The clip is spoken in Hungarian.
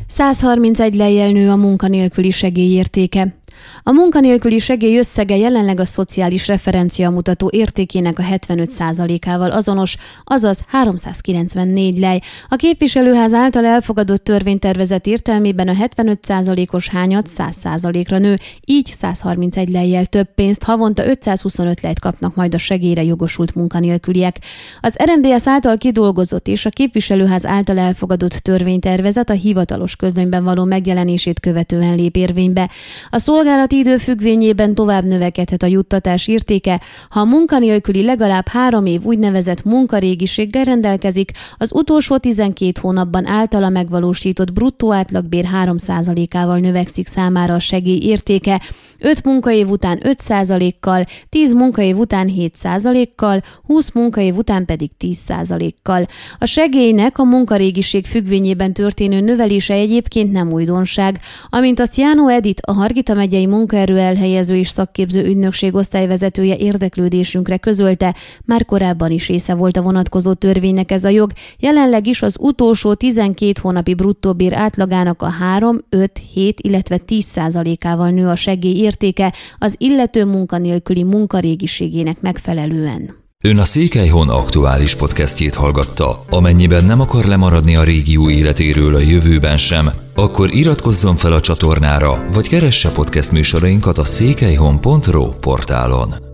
131 lejjel nő a munkanélküli segély értéke. A munkanélküli segély összege jelenleg a szociális referenciamutató értékének a 75%-ával azonos, azaz 394 lej. A képviselőház által elfogadott törvénytervezet értelmében a 75%-os hányad 100%-ra nő, így 131 lejjel több pénzt, havonta 525 lejt kapnak majd a segélyre jogosult munkanélküliek. Az RMDSZ által kidolgozott és a képviselőház által elfogadott törvénytervezet a hivatalos közlönyben való megjelenését követően lép érvénybe. A szolgálati idő függvényében tovább növekedhet a juttatás értéke, ha a munkanélküli legalább 3 év úgynevezett munkarégiséggel rendelkezik, az utolsó 12 hónapban általa megvalósított bruttó átlagbér 3%-ával növekszik számára a segély értéke, 5 munkaév után 5%-kal, 10 munkaév után 7%-kal, 20 munkaév után pedig 10%-kal. A segélynek a munkarégiség függvényében történő növelése egyébként nem újdonság, amint azt Jánó Edit, a Hargita megyei munkaerő elhelyező és szakképző ügynökség osztályvezetője érdeklődésünkre közölte, már korábban is része volt a vonatkozó törvénynek ez a jog, jelenleg is az utolsó 12 hónapi bruttóbér átlagának a 3, 5, 7, illetve 10%-ával nő a segély értéke az illető munkanélküli munkarégiségének megfelelően. Ön a Székelyhon aktuális podcastjét hallgatta. Amennyiben nem akar lemaradni a régió életéről a jövőben sem, akkor iratkozzon fel a csatornára, vagy keresse podcast műsorainkat a székelyhon.ro portálon.